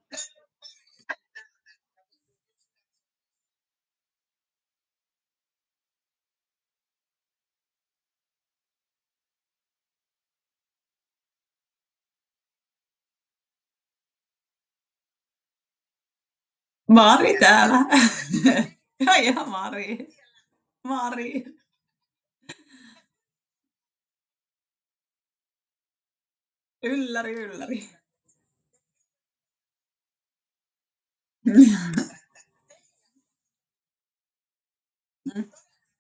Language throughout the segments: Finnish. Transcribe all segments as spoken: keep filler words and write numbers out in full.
Mari täällä. Ai ihan Mari. Mari. Ylläri, ylläri. Mm.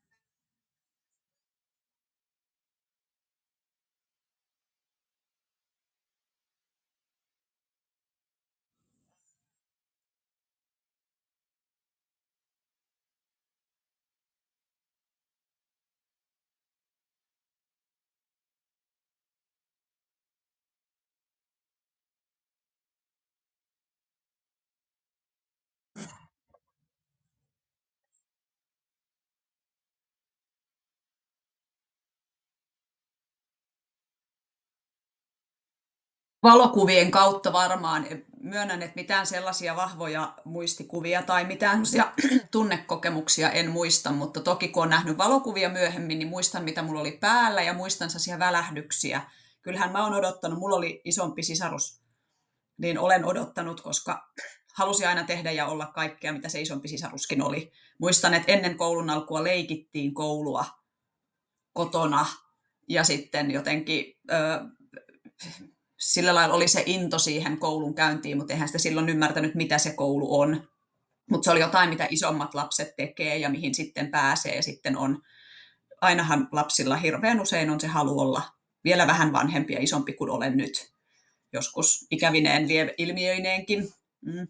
Valokuvien kautta varmaan. Myönnän, että mitään sellaisia vahvoja muistikuvia tai mitään semmoisia tunnekokemuksia en muista, mutta toki kun on nähnyt valokuvia myöhemmin, niin muistan mitä mulla oli päällä ja muistan sellaisia välähdyksiä. Kyllähän mä oon odottanut, mulla oli isompi sisarus, niin olen odottanut, koska halusin aina tehdä ja olla kaikkea, mitä se isompi sisaruskin oli. Muistan, että ennen koulun alkua leikittiin koulua kotona ja sitten jotenkin ö, sillä lailla oli se into siihen koulun käyntiin, mutta eihän sitä silloin ymmärtänyt, mitä se koulu on. Mutta se oli jotain, mitä isommat lapset tekee ja mihin sitten pääsee. Ja sitten on, ainahan lapsilla hirveän usein on se halu olla vielä vähän vanhempi ja isompi kuin olen nyt. Joskus ikävineen ilmiöineenkin. Mm.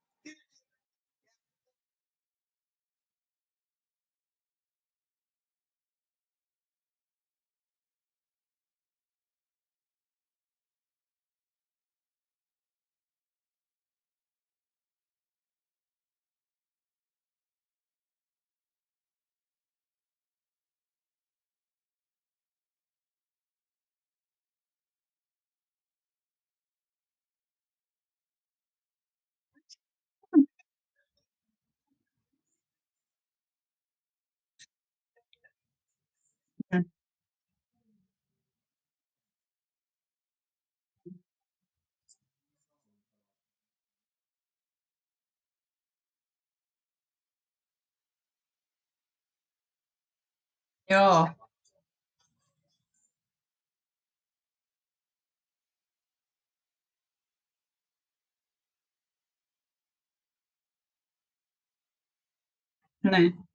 Mm. Joo. Niin.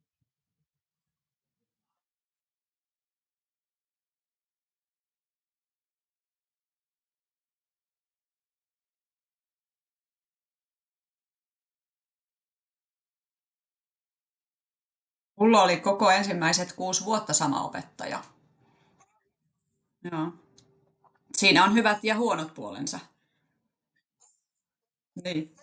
Mulla oli koko ensimmäiset kuusi vuotta sama opettaja. Joo. Siinä on hyvät ja huonot puolensa. Niin.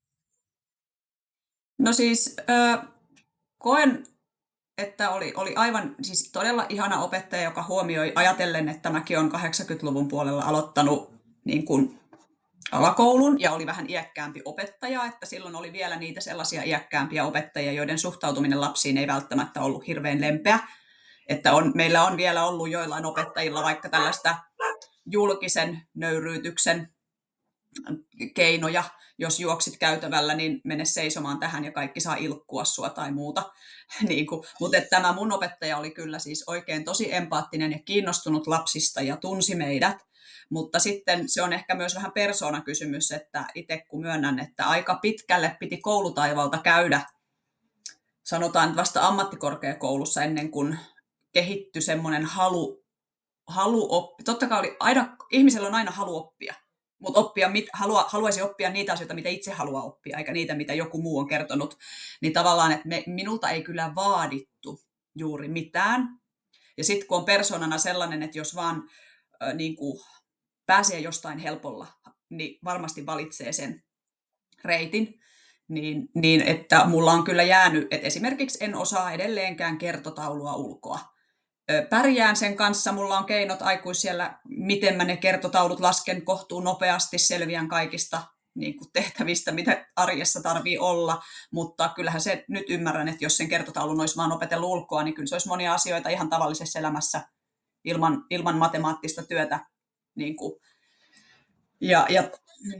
No siis ö, koen, että oli, oli aivan siis todella ihana opettaja, joka huomioi ajatellen, että mäkin olen kahdeksankymmentäluvun puolella aloittanut niin kuin alakoulun ja oli vähän iäkkäämpi opettaja, että silloin oli vielä niitä sellaisia iäkkäämpiä opettajia, joiden suhtautuminen lapsiin ei välttämättä ollut hirveän lempeä. Että on, meillä on vielä ollut joillain opettajilla vaikka tällaista julkisen nöyryytyksen keinoja, jos juoksit käytävällä, niin mene seisomaan tähän ja kaikki saa ilkkua sua tai muuta. Niin kuin, mutta tämä mun opettaja oli kyllä siis oikein tosi empaattinen ja kiinnostunut lapsista ja tunsi meidät. Mutta sitten se on ehkä myös vähän persoonakysymys, että itse kun myönnän, että aika pitkälle piti koulutaivalta käydä, sanotaan että vasta ammattikorkeakoulussa ennen kuin kehittyi semmoinen halu, halu oppia. Totta kai oli aina, ihmisellä on aina halu oppia. Mutta oppia, mit, halua, haluaisi oppia niitä asioita, mitä itse haluaa oppia, eikä niitä, mitä joku muu on kertonut. Niin tavallaan, että me, minulta ei kyllä vaadittu juuri mitään. Ja sitten kun on persoonana sellainen, että jos vaan äh, niin kuin pääsee jostain helpolla, niin varmasti valitsee sen reitin. Niin, niin että mulla on kyllä jäänyt, että esimerkiksi en osaa edelleenkään kertotaulua ulkoa. Pärjään sen kanssa, mulla on keinot aikuisiellä, miten mä ne kertotaulut lasken kohtuun nopeasti, selviän kaikista niin kuin tehtävistä, mitä arjessa tarvii olla, mutta kyllähän se nyt ymmärrän, että jos sen kertotaulun olisi vaan opetellut ulkoa, niin kyllä se olisi monia asioita ihan tavallisessa elämässä ilman, ilman matemaattista työtä. Niin kuin, ja, ja,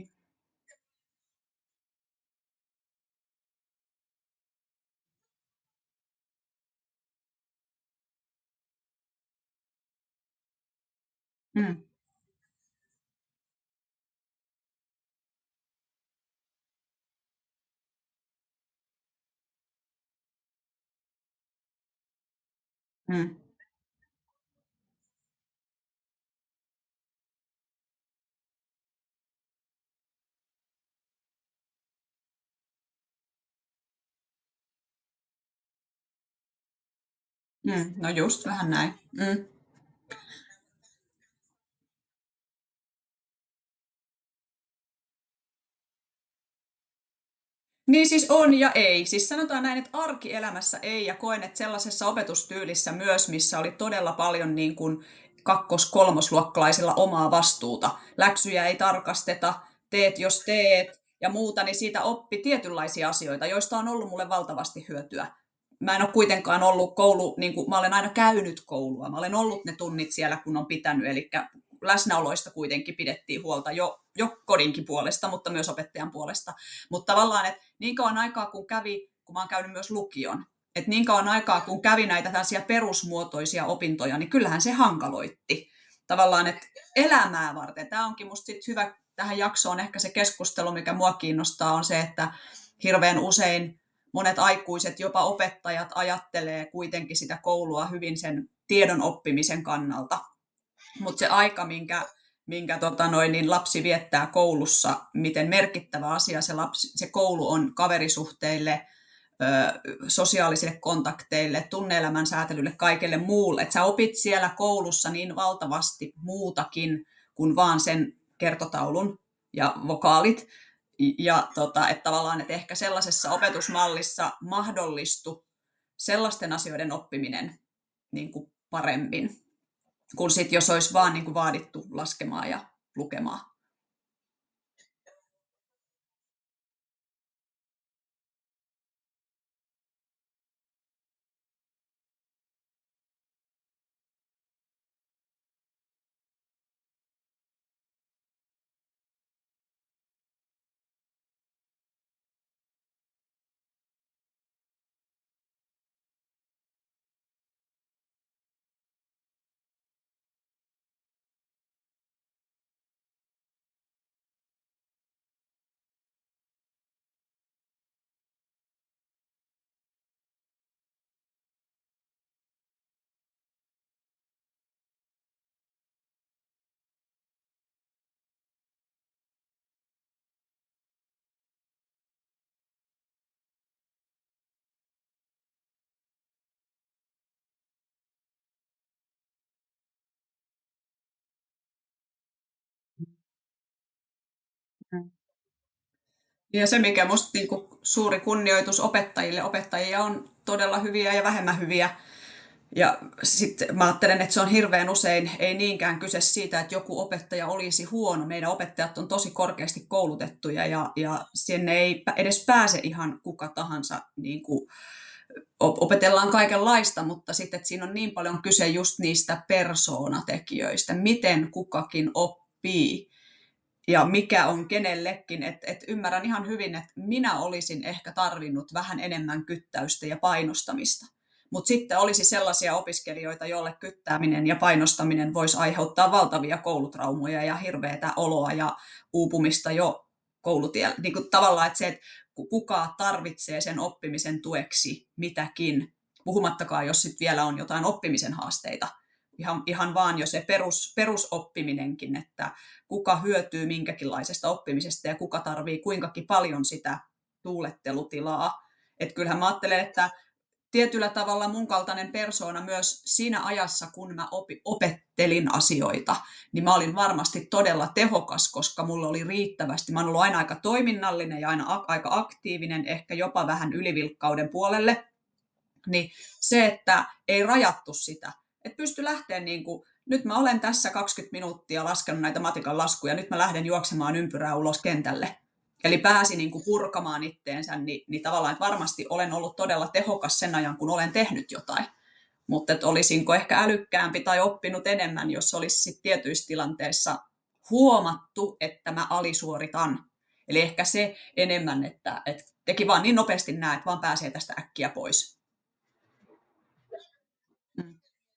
mm, mm, mm, no just vähän näin. Mm. Niin siis on ja ei. Siis sanotaan näin, että arkielämässä ei, ja koen, että sellaisessa opetustyylissä myös, missä oli todella paljon niin kuin kakkos-kolmosluokkalaisilla omaa vastuuta. Läksyjä ei tarkasteta, teet jos teet ja muuta, niin siitä oppi tietynlaisia asioita, joista on ollut mulle valtavasti hyötyä. Mä en ole kuitenkaan ollut koulu, niin kuin, mä olen aina käynyt koulua, mä olen ollut ne tunnit siellä, kun on pitänyt, eli läsnäoloista kuitenkin pidettiin huolta jo, jo kodinkin puolesta, mutta myös opettajan puolesta. Mutta tavallaan, että niin kauan aikaa kun kävi, kun mä oon käynyt myös lukion, että niin kauan aikaa kun kävi näitä tällaisia perusmuotoisia opintoja, niin kyllähän se hankaloitti. Tavallaan, että elämää varten. Tämä onkin musta sit hyvä tähän jaksoon ehkä se keskustelu, mikä mua kiinnostaa, on se, että hirveän usein monet aikuiset, jopa opettajat, ajattelee kuitenkin sitä koulua hyvin sen tiedon oppimisen kannalta. Mutta se aika, minkä, minkä tota noin, niin lapsi viettää koulussa, miten merkittävä asia se, lapsi, se koulu on kaverisuhteille, ö, sosiaalisille kontakteille, tunne-elämän säätelylle, kaikelle muulle. Et sä opit siellä koulussa niin valtavasti muutakin kuin vaan sen kertotaulun ja vokaalit. Ja tota, että tavallaan, että ehkä sellaisessa opetusmallissa mahdollistui sellaisten asioiden oppiminen niin kuin paremmin kuin sit, jos olisi vaan niin kuin vaadittu laskemaan ja lukemaan. Ja se, mikä musta niin kuin suuri kunnioitus opettajille, opettajia on todella hyviä ja vähemmän hyviä. Ja sitten mä ajattelen, että se on hirveän usein ei niinkään kyse siitä, että joku opettaja olisi huono. Meidän opettajat on tosi korkeasti koulutettuja ja, ja sinne ei edes pääse ihan kuka tahansa. Niin kuin opetellaan kaikenlaista, mutta sitten että siinä on niin paljon kyse just niistä persoonatekijöistä, miten kukakin oppii ja mikä on kenellekin. Et, et ymmärrän ihan hyvin, että minä olisin ehkä tarvinnut vähän enemmän kyttäystä ja painostamista. Mutta sitten olisi sellaisia opiskelijoita, joille kyttääminen ja painostaminen voisi aiheuttaa valtavia koulutraumoja ja hirveätä oloa ja uupumista jo koulutiellä. Niin kuin tavallaan, että se, että kuka tarvitsee sen oppimisen tueksi mitäkin, puhumattakaan, jos sitten vielä on jotain oppimisen haasteita. Ihan, ihan vaan jo se perus, perusoppiminenkin, että kuka hyötyy minkäkinlaisesta oppimisesta ja kuka tarvii kuinkakin paljon sitä tuulettelutilaa. Että kyllähän mä ajattelen, että tietyllä tavalla mun kaltainen persoona myös siinä ajassa, kun mä opi, opettelin asioita, niin mä olin varmasti todella tehokas, koska mulla oli riittävästi. Mä oon ollut aina aika toiminnallinen ja aina a- aika aktiivinen, ehkä jopa vähän ylivilkkauden puolelle. Niin se, että ei rajattu sitä, että pysty lähteä niin kuin, nyt mä olen tässä kaksikymmentä minuuttia laskenut näitä matikan laskuja, nyt mä lähden juoksemaan ympyrää ulos kentälle. Eli pääsi niin kuin purkamaan itteensä, niin, niin tavallaan, että varmasti olen ollut todella tehokas sen ajan, kun olen tehnyt jotain. Mutta että olisinko ehkä älykkäämpi tai oppinut enemmän, jos olisi sit tietyissä tilanteissa huomattu, että mä alisuoritan. Eli ehkä se enemmän, että, että teki vaan niin nopeasti näin, että vaan pääsee tästä äkkiä pois. Mm.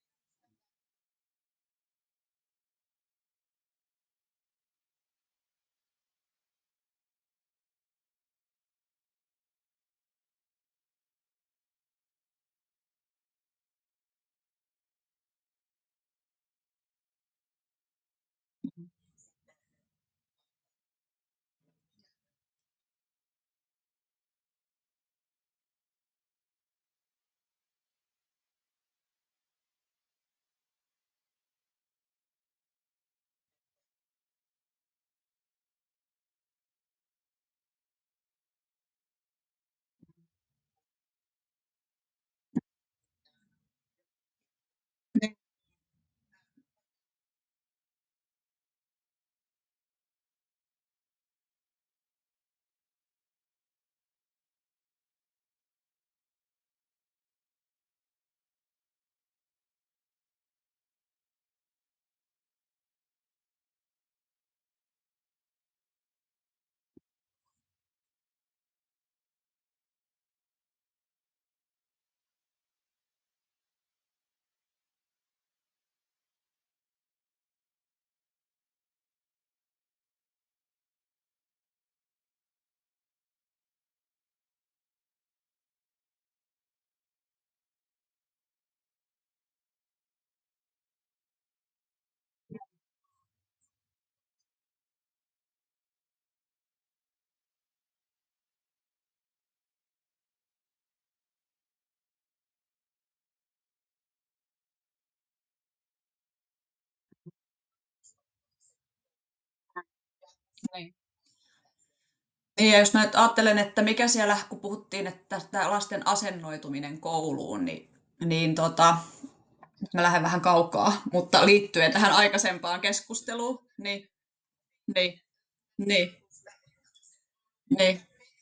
Niin, niin. Niin, ja jos mä nyt ajattelen, että mikä siellä, kun puhuttiin, että tämä lasten asennoituminen kouluun, niin, niin tota, mä lähden vähän kaukaa, mutta liittyen tähän aikaisempaan keskusteluun, niin, niin, niin, niin,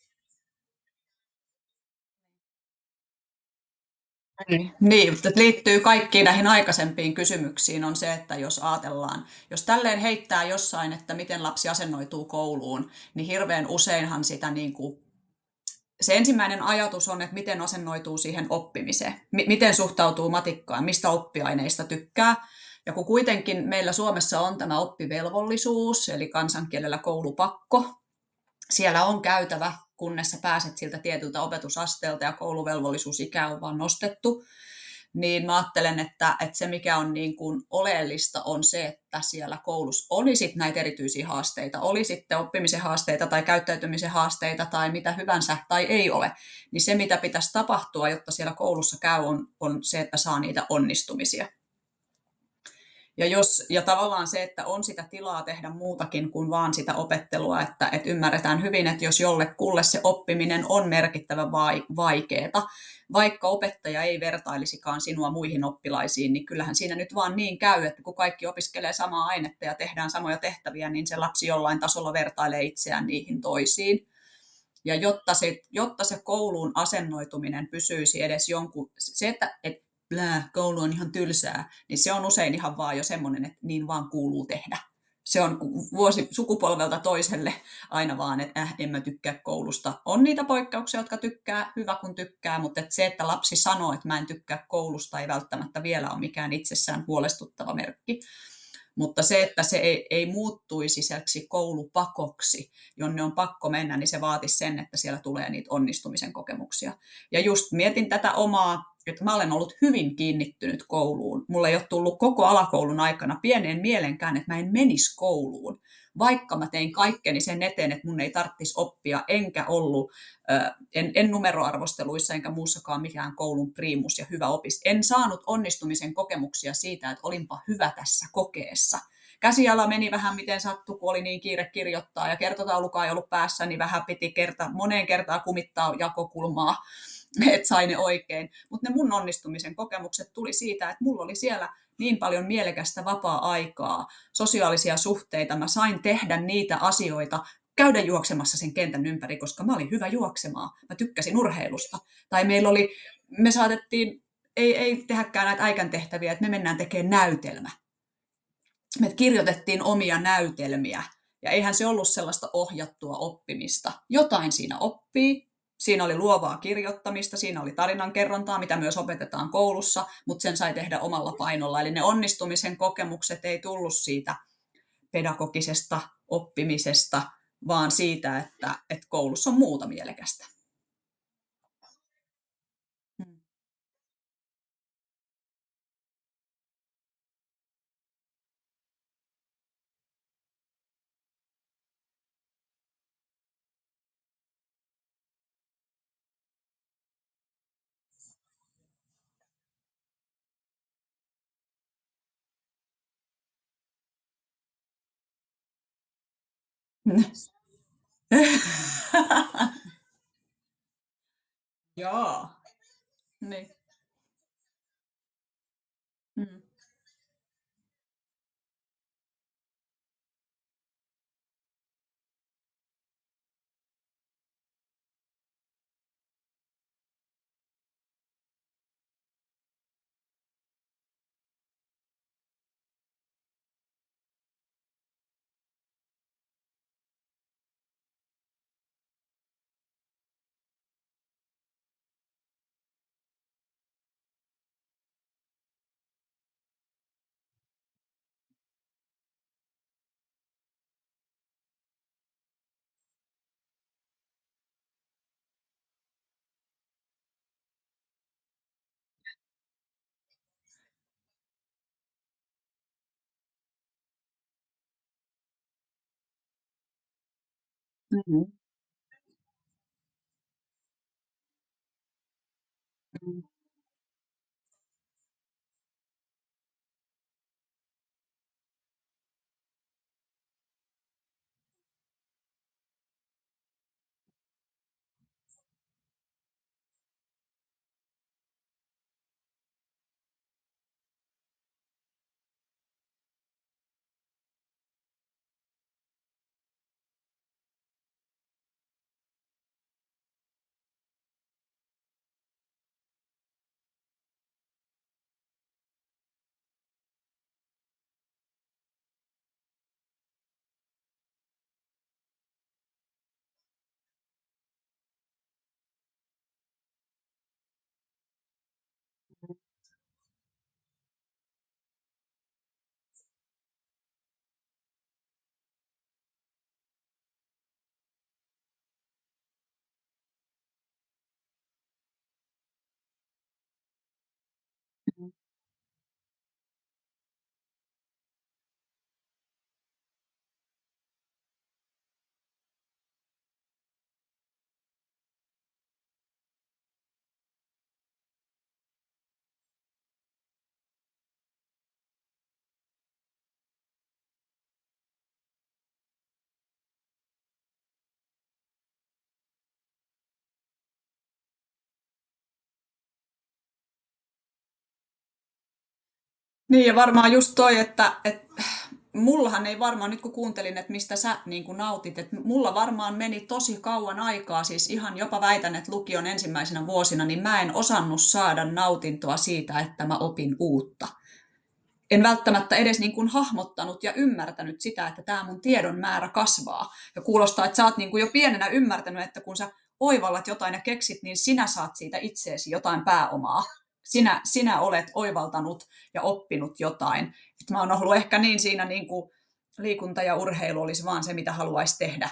niin, niin, mutta liittyy kaikkiin näihin aikaisempiin kysymyksiin on se, että jos ajatellaan, jos tälleen heittää jossain, että miten lapsi asennoituu kouluun, niin hirveän useinhan sitä niin kuin se ensimmäinen ajatus on, että miten asennoituu siihen oppimiseen, M- miten suhtautuu matikkaan, mistä oppiaineista tykkää. Ja kun kuitenkin meillä Suomessa on tämä oppivelvollisuus, eli kansankielellä koulupakko, siellä on käytävä, kunnes sä pääset siltä tietyltä opetusasteelta ja kouluvelvollisuusikä on vaan nostettu, niin mä ajattelen, että, että se mikä on niin kuin oleellista on se, että siellä koulussa oli sitten näitä erityisiä haasteita, oli sitten oppimisen haasteita tai käyttäytymisen haasteita tai mitä hyvänsä tai ei ole, niin se mitä pitäisi tapahtua, jotta siellä koulussa käy, on, on se, että saa niitä onnistumisia. Ja, jos, ja tavallaan se, että on sitä tilaa tehdä muutakin kuin vaan sitä opettelua, että, että ymmärretään hyvin, että jos jollekulle se oppiminen on merkittävän vai, vaikeaa, vaikka opettaja ei vertailisikaan sinua muihin oppilaisiin, niin kyllähän siinä nyt vaan niin käy, että kun kaikki opiskelee samaa ainetta ja tehdään samoja tehtäviä, niin se lapsi jollain tasolla vertailee itseään niihin toisiin. Ja jotta se, jotta se kouluun asennoituminen pysyisi edes jonkun, se, että et, blää, koulu on ihan tylsää, niin se on usein ihan vaan jo semmoinen, että niin vaan kuuluu tehdä. Se on vuosi sukupolvelta toiselle aina vaan, että äh, en mä tykkää koulusta. On niitä poikkeuksia, jotka tykkää, hyvä kun tykkää, mutta että se, että lapsi sanoo, että mä en tykkää koulusta, ei välttämättä vielä ole mikään itsessään huolestuttava merkki. Mutta se, että se ei, ei muuttuisi seksi koulupakoksi, jonne on pakko mennä, niin se vaatisi sen, että siellä tulee niitä onnistumisen kokemuksia. Ja just mietin tätä omaa, että mä olen ollut hyvin kiinnittynyt kouluun. Mulla ei ole tullut koko alakoulun aikana pieneen mielenkään, että mä en menisi kouluun. Vaikka mä tein kaikkeni sen eteen, että mun ei tarvitsisi oppia, enkä ollut, en, en numeroarvosteluissa enkä muussakaan mikään koulun priimus ja hyvä opis. En saanut onnistumisen kokemuksia siitä, että olinpa hyvä tässä kokeessa. Käsiala meni vähän miten sattui, kun oli niin kiire kirjoittaa ja kertotaulukaan ei ollut päässä, niin vähän piti kerta, moneen kertaan kumittaa jakokulmaa, että sai ne oikein. Mutta ne mun onnistumisen kokemukset tuli siitä, että mulla oli siellä niin paljon mielekästä vapaa-aikaa, sosiaalisia suhteita. Mä sain tehdä niitä asioita käydä juoksemassa sen kentän ympäri, koska mä olin hyvä juoksemaan. Mä tykkäsin urheilusta. Tai meillä oli, me saatettiin, ei, ei tehäkään näitä äikän tehtäviä, että me mennään tekemään näytelmä. Me kirjoitettiin omia näytelmiä. Ja eihän se ollut sellaista ohjattua oppimista. Jotain siinä oppii. Siinä oli luovaa kirjoittamista, siinä oli tarinankerrontaa, mitä myös opetetaan koulussa, mutta sen sai tehdä omalla painolla. Eli ne onnistumisen kokemukset ei tullut siitä pedagogisesta oppimisesta, vaan siitä, että, että koulussa on muuta mielekästä. Joo. Niin. Mm. Mm-hmm. Mm. Niin ja varmaan just toi, että, että mullahan ei varmaan, nyt kun kuuntelin, että mistä sä niin kuin nautit, että mulla varmaan meni tosi kauan aikaa, siis ihan jopa väitän, että lukion ensimmäisenä vuosina, niin mä en osannut saada nautintoa siitä, että mä opin uutta. En välttämättä edes niin kuin hahmottanut ja ymmärtänyt sitä, että tämä mun tiedon määrä kasvaa. Ja kuulostaa, että sä oot niin kuin jo pienenä ymmärtänyt, että kun sä oivallat jotain ja keksit, niin sinä saat siitä itseesi jotain pääomaa. Sinä, sinä olet oivaltanut ja oppinut jotain. Että mä oon ollut ehkä niin siinä niin kuin liikunta ja urheilu olisi vaan se, mitä haluaisi tehdä.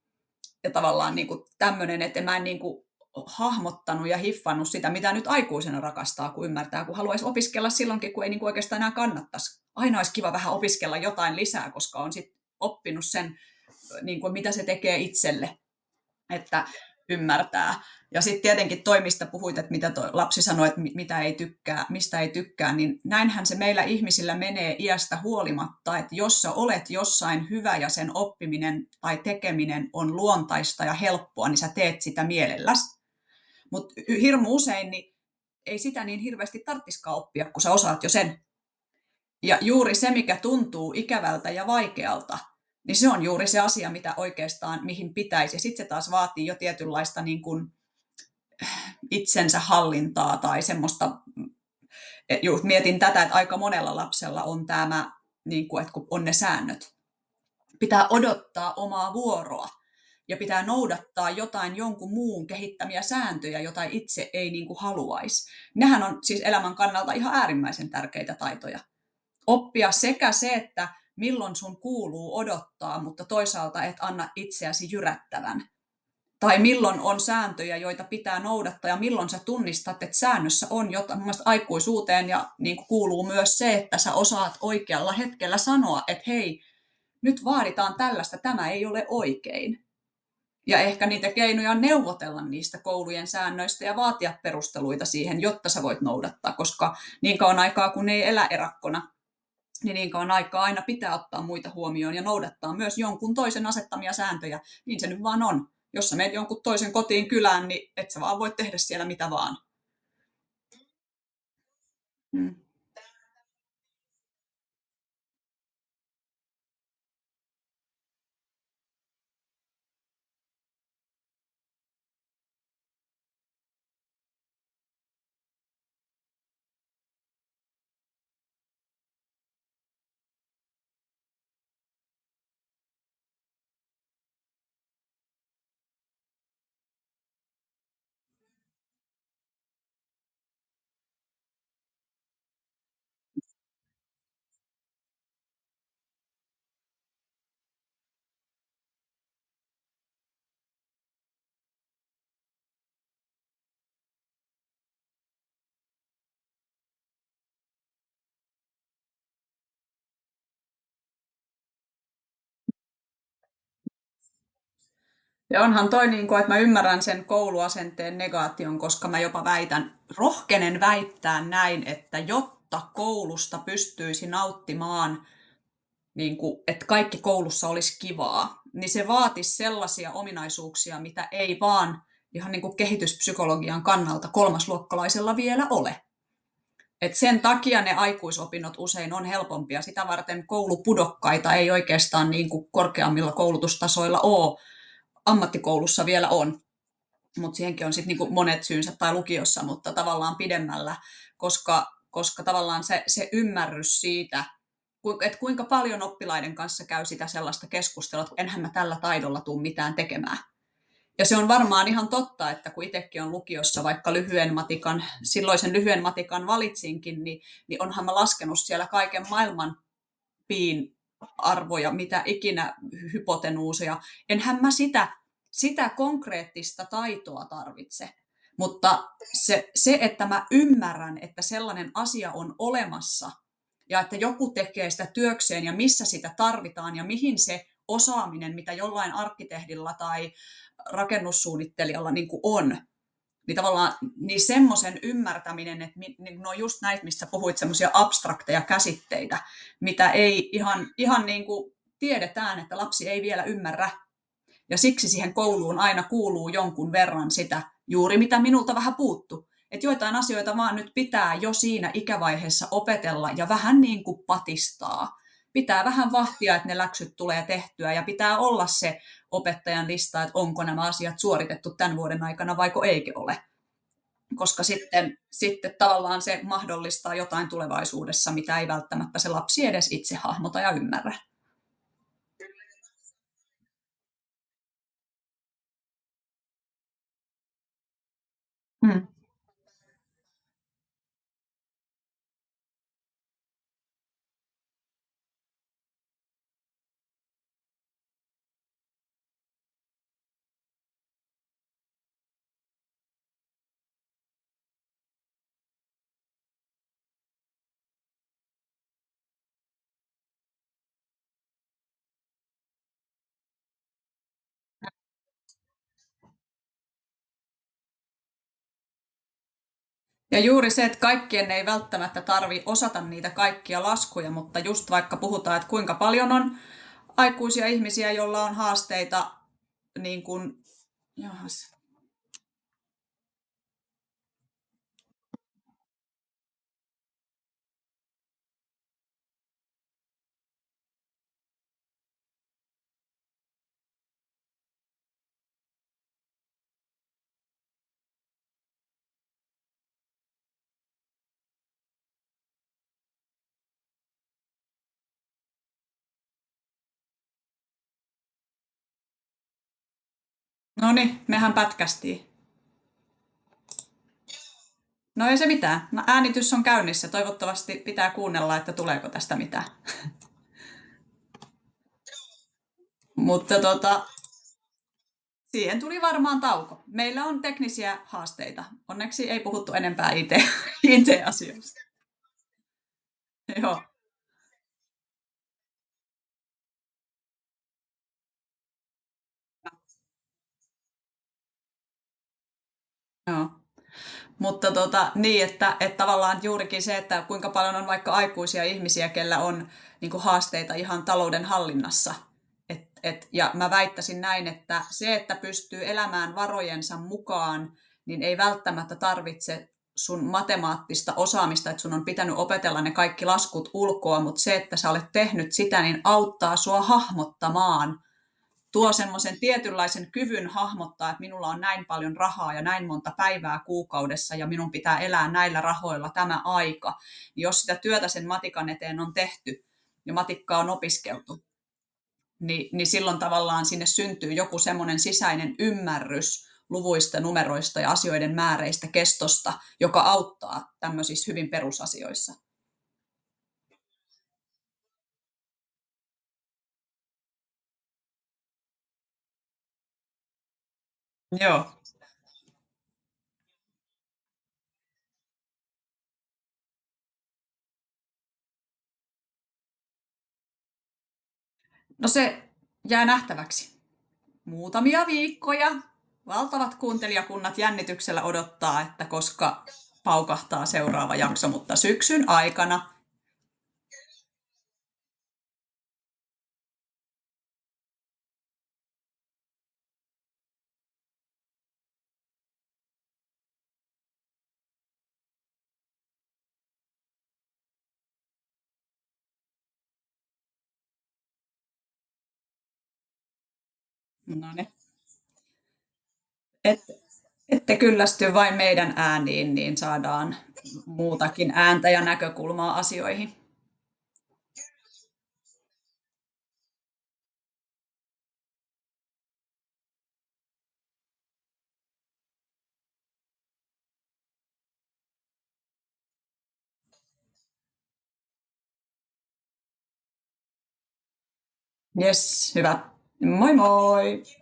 Ja tavallaan niin kuin tämmöinen, että mä en niin kuin hahmottanut ja hiffannut sitä, mitä nyt aikuisena rakastaa, kun ymmärtää, kun haluaisi opiskella silloinkin, kun ei niin kuin oikeastaan enää kannattaisi. Aina olisi kiva vähän opiskella jotain lisää, koska on sit oppinut sen, niin kuin mitä se tekee itselle, että ymmärtää. Ja sitten tietenkin toi, mistä puhuit, että mitä toi lapsi sanoi, että mitä ei tykkää, mistä ei tykkää, niin näinhän se meillä ihmisillä menee iästä huolimatta, että jos sä olet jossain hyvä ja sen oppiminen tai tekeminen on luontaista ja helppoa, niin sä teet sitä mielelläsi. Mutta hirmu usein niin ei sitä niin hirveästi tarttiskaan oppia, kun sä osaat jo sen. Ja juuri se, mikä tuntuu ikävältä ja vaikealta, Niin se on juuri se asia, mitä oikeastaan, mihin pitäisi. Ja sitten se taas vaatii jo tietynlaista niin kuin itsensä hallintaa tai semmoista, just mietin tätä, että aika monella lapsella on tämä, niin kuin, että kun on ne säännöt. Pitää odottaa omaa vuoroa ja pitää noudattaa jotain jonkun muun kehittämiä sääntöjä, jota itse ei niin kuin haluaisi. Nehän on siis elämän kannalta ihan äärimmäisen tärkeitä taitoja. Oppia sekä se, että milloin sun kuuluu odottaa, mutta toisaalta et anna itseäsi jyrättävän. Tai milloin on sääntöjä, joita pitää noudattaa ja milloin sä tunnistat, että säännössä on jotain. Mielestäni aikuisuuteen ja niin kuin kuuluu myös se, että sä osaat oikealla hetkellä sanoa, että hei, nyt vaaditaan tällaista, tämä ei ole oikein. Ja ehkä niitä keinoja neuvotella niistä koulujen säännöistä ja vaatia perusteluita siihen, jotta sä voit noudattaa, koska niin kauan aikaa, kun ei elä erakkona, niin niin kauan aikaa aina pitää ottaa muita huomioon ja noudattaa myös jonkun toisen asettamia sääntöjä. Niin se nyt vaan on. Jos sä menet jonkun toisen kotiin kylään, niin et sä vaan voi tehdä siellä mitä vaan. Hmm. Ja onhan toi, niin kuin, että mä ymmärrän sen kouluasenteen negaation, koska mä jopa väitän, rohkenen väittää näin, että jotta koulusta pystyisi nauttimaan, niin kuin, että kaikki koulussa olisi kivaa, niin se vaatisi sellaisia ominaisuuksia, mitä ei vaan ihan niin kuin kehityspsykologian kannalta kolmasluokkalaisella vielä ole. Et sen takia ne aikuisopinnot usein on helpompia. Sitä varten koulupudokkaita ei oikeastaan niin kuin korkeammilla koulutustasoilla ole. Ammattikoulussa vielä on, mutta siihenkin on sitten niin monet syynsä, tai lukiossa, mutta tavallaan pidemmällä, koska, koska tavallaan se, se ymmärrys siitä, että kuinka paljon oppilaiden kanssa käy sitä sellaista keskustelua, että enhän mä tällä taidolla tule mitään tekemään. Ja se on varmaan ihan totta, että kun itsekin on lukiossa vaikka lyhyen matikan, silloisen lyhyen matikan valitsinkin, niin, niin onhan mä laskenut siellä kaiken maailman piin arvoja, mitä ikinä hypotenuuseja. Enhän mä sitä, sitä konkreettista taitoa tarvitse. Mutta se, se, että mä ymmärrän, että sellainen asia on olemassa ja että joku tekee sitä työkseen ja missä sitä tarvitaan ja mihin se osaaminen, mitä jollain arkkitehdilla tai rakennussuunnittelijalla niin kuin on, niin tavallaan niin semmoisen ymmärtäminen, että niin ne on just näitä, mistä puhuit, semmoisia abstrakteja käsitteitä, mitä ei ihan, ihan niin kuin tiedetään, että lapsi ei vielä ymmärrä. Ja siksi siihen kouluun aina kuuluu jonkun verran sitä, juuri mitä minulta vähän puuttu. Että joitain asioita vaan nyt pitää jo siinä ikävaiheessa opetella ja vähän niin kuin patistaa. Pitää vähän vahtia, että ne läksyt tulee tehtyä ja pitää olla se opettajan lista, että onko nämä asiat suoritettu tämän vuoden aikana vaiko eikö ole. Koska sitten, sitten tavallaan se mahdollistaa jotain tulevaisuudessa, mitä ei välttämättä se lapsi edes itse hahmota ja ymmärrä. Mm. Ja juuri se, että kaikkien ei välttämättä tarvi osata niitä kaikkia laskuja, mutta just vaikka puhutaan, että kuinka paljon on aikuisia ihmisiä, joilla on haasteita, niin kuin, jahas, No niin, mehän pätkästiin. No ei se mitään. No, äänitys on käynnissä. Toivottavasti pitää kuunnella, että tuleeko tästä mitään. Mutta tota, siihen tuli varmaan tauko. Meillä on teknisiä haasteita. Onneksi ei puhuttu enempää I T, I T-asioista. Joo, joo. Mutta tota, niin, että, että tavallaan juurikin se, että kuinka paljon on vaikka aikuisia ihmisiä, kellä on niin kuin haasteita ihan talouden hallinnassa. Et, et, ja mä väittäisin näin, että se, että pystyy elämään varojensa mukaan, niin ei välttämättä tarvitse sun matemaattista osaamista, että sun on pitänyt opetella ne kaikki laskut ulkoa, mutta se, että sä olet tehnyt sitä, niin auttaa sua hahmottamaan, tuo semmoisen tietynlaisen kyvyn hahmottaa, että minulla on näin paljon rahaa ja näin monta päivää kuukaudessa ja minun pitää elää näillä rahoilla tämä aika. Jos sitä työtä sen matikan eteen on tehty ja matikkaa on opiskeltu, niin, niin silloin tavallaan sinne syntyy joku semmoinen sisäinen ymmärrys luvuista, numeroista ja asioiden määreistä, kestosta, joka auttaa tämmöisissä hyvin perusasioissa. Joo. No se jää nähtäväksi. Muutamia viikkoja. Valtavat kuuntelijakunnat jännityksellä odottaa, että koska paukahtaa seuraava jakso, mutta syksyn aikana. No niin. Et, ette kyllästy vain meidän ääniin, niin saadaan muutakin ääntä ja näkökulmaa asioihin. Jes, hyvä. Moi moi!